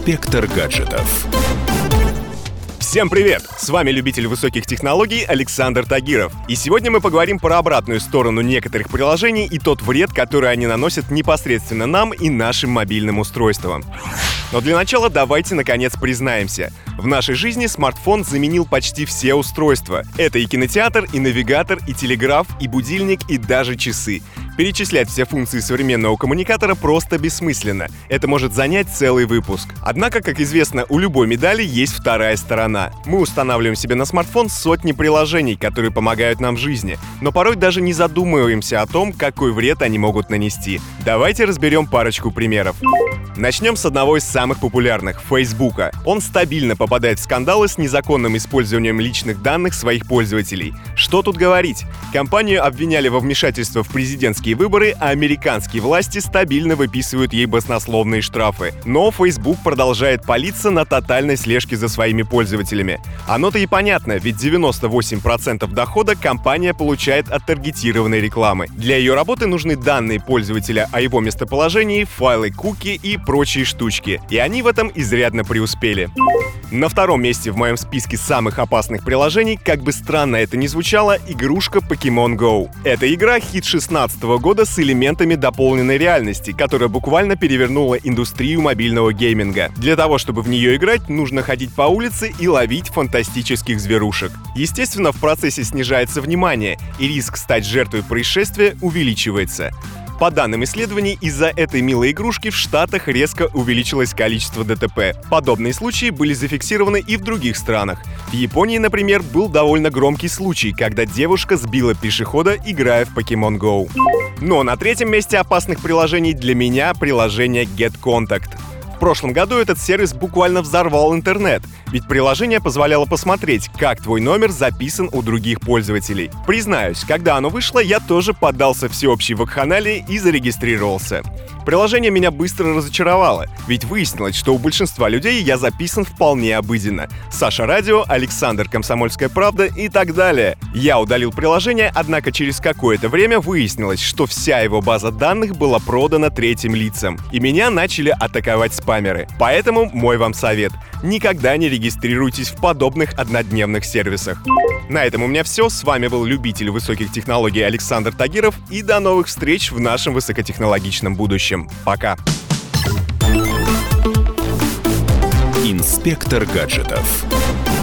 Инспектор гаджетов. Всем привет! С вами любитель высоких технологий Александр Тагиров. И сегодня мы поговорим про обратную сторону некоторых приложений и тот вред, который они наносят непосредственно нам и нашим мобильным устройствам. Но для начала давайте наконец признаемся. В нашей жизни смартфон заменил почти все устройства. Это и кинотеатр, и навигатор, и телеграф, и будильник, и даже часы. Перечислять все функции современного коммуникатора просто бессмысленно. Это может занять целый выпуск. Однако, как известно, у любой медали есть вторая сторона. Мы устанавливаем себе на смартфон сотни приложений, которые помогают нам в жизни, но порой даже не задумываемся о том, какой вред они могут нанести. Давайте разберем парочку примеров. Начнем с одного из самых популярных — Фейсбука. Он стабильно попадает в скандалы с незаконным использованием личных данных своих пользователей. Что тут говорить? Компанию обвиняли во вмешательство в президентские выборы, а американские власти стабильно выписывают ей баснословные штрафы. Но Facebook продолжает палиться на тотальной слежке за своими пользователями. Оно-то и понятно, ведь 98% дохода компания получает от таргетированной рекламы. Для ее работы нужны данные пользователя о его местоположении, файлы куки и прочие штучки. И они в этом изрядно преуспели. На втором месте в моем списке самых опасных приложений, как бы странно это ни звучало, игрушка Pokemon Go. Эта игра — хит 2016 года с элементами дополненной реальности, которая буквально перевернула индустрию мобильного гейминга. Для того, чтобы в нее играть, нужно ходить по улице и ловить фантастических зверушек. Естественно, в процессе снижается внимание, и риск стать жертвой происшествия увеличивается. По данным исследований, из-за этой милой игрушки в Штатах резко увеличилось количество ДТП. Подобные случаи были зафиксированы и в других странах. В Японии, например, был довольно громкий случай, когда девушка сбила пешехода, играя в Pokemon Go. Но на третьем месте опасных приложений для меня приложение GetContact. В прошлом году этот сервис буквально взорвал интернет, ведь приложение позволяло посмотреть, как твой номер записан у других пользователей. Признаюсь, когда оно вышло, я тоже поддался всеобщей вакханалии и зарегистрировался. Приложение меня быстро разочаровало, ведь выяснилось, что у большинства людей я записан вполне обыденно. Саша Радио, Александр Комсомольская правда и так далее. Я удалил приложение, однако через какое-то время выяснилось, что вся его база данных была продана третьим лицам, и меня начали атаковать спамеры. Поэтому мой вам совет — никогда не регистрируйтесь в подобных однодневных сервисах. На этом у меня все. С вами был любитель высоких технологий Александр Тагиров, и до новых встреч в нашем высокотехнологичном будущем. Пока. Инспектор гаджетов.